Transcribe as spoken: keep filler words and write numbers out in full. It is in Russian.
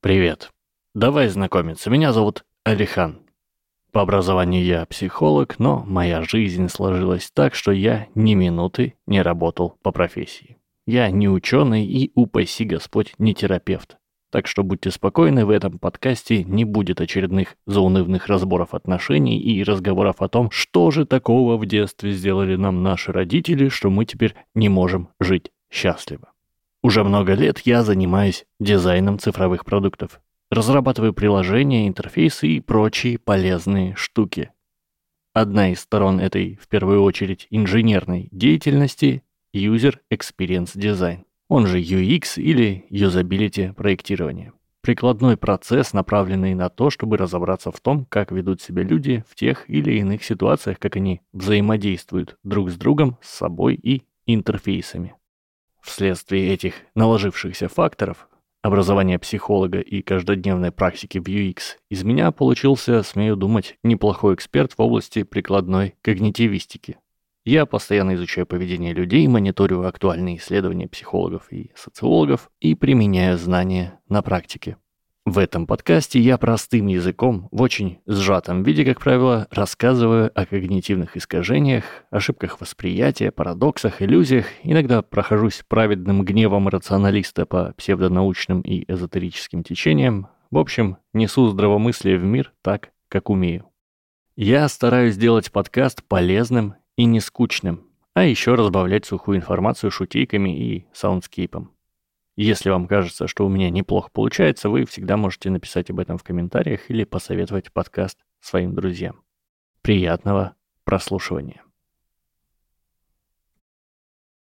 Привет. Давай знакомиться. Меня зовут Алихан. По образованию я психолог, но моя жизнь сложилась так, что я ни минуты не работал по профессии. Я не ученый и, упаси Господь, не терапевт. Так что будьте спокойны, в этом подкасте не будет очередных заунывных разборов отношений и разговоров о том, что же такого в детстве сделали нам наши родители, что мы теперь не можем жить счастливо. Уже много лет я занимаюсь дизайном цифровых продуктов. Разрабатываю приложения, интерфейсы и прочие полезные штуки. Одна из сторон этой, в первую очередь, инженерной деятельности – User Experience Design, он же ю экс или Usability проектирование. Прикладной процесс, направленный на то, чтобы разобраться в том, как ведут себя люди в тех или иных ситуациях, как они взаимодействуют друг с другом, с собой и интерфейсами. Вследствие этих наложившихся факторов, образования психолога и каждодневной практики в ю экс, из меня получился, смею думать, неплохой эксперт в области прикладной когнитивистики. Я постоянно изучаю поведение людей, мониторю актуальные исследования психологов и социологов и применяю знания на практике. В этом подкасте я простым языком, в очень сжатом виде, как правило, рассказываю о когнитивных искажениях, ошибках восприятия, парадоксах, иллюзиях, иногда прохожусь праведным гневом рационалиста по псевдонаучным и эзотерическим течениям, в общем, несу здравомыслие в мир так, как умею. Я стараюсь сделать подкаст полезным и не скучным, а еще разбавлять сухую информацию шутейками и саундскейпом. Если вам кажется, что у меня неплохо получается, вы всегда можете написать об этом в комментариях или посоветовать подкаст своим друзьям. Приятного прослушивания.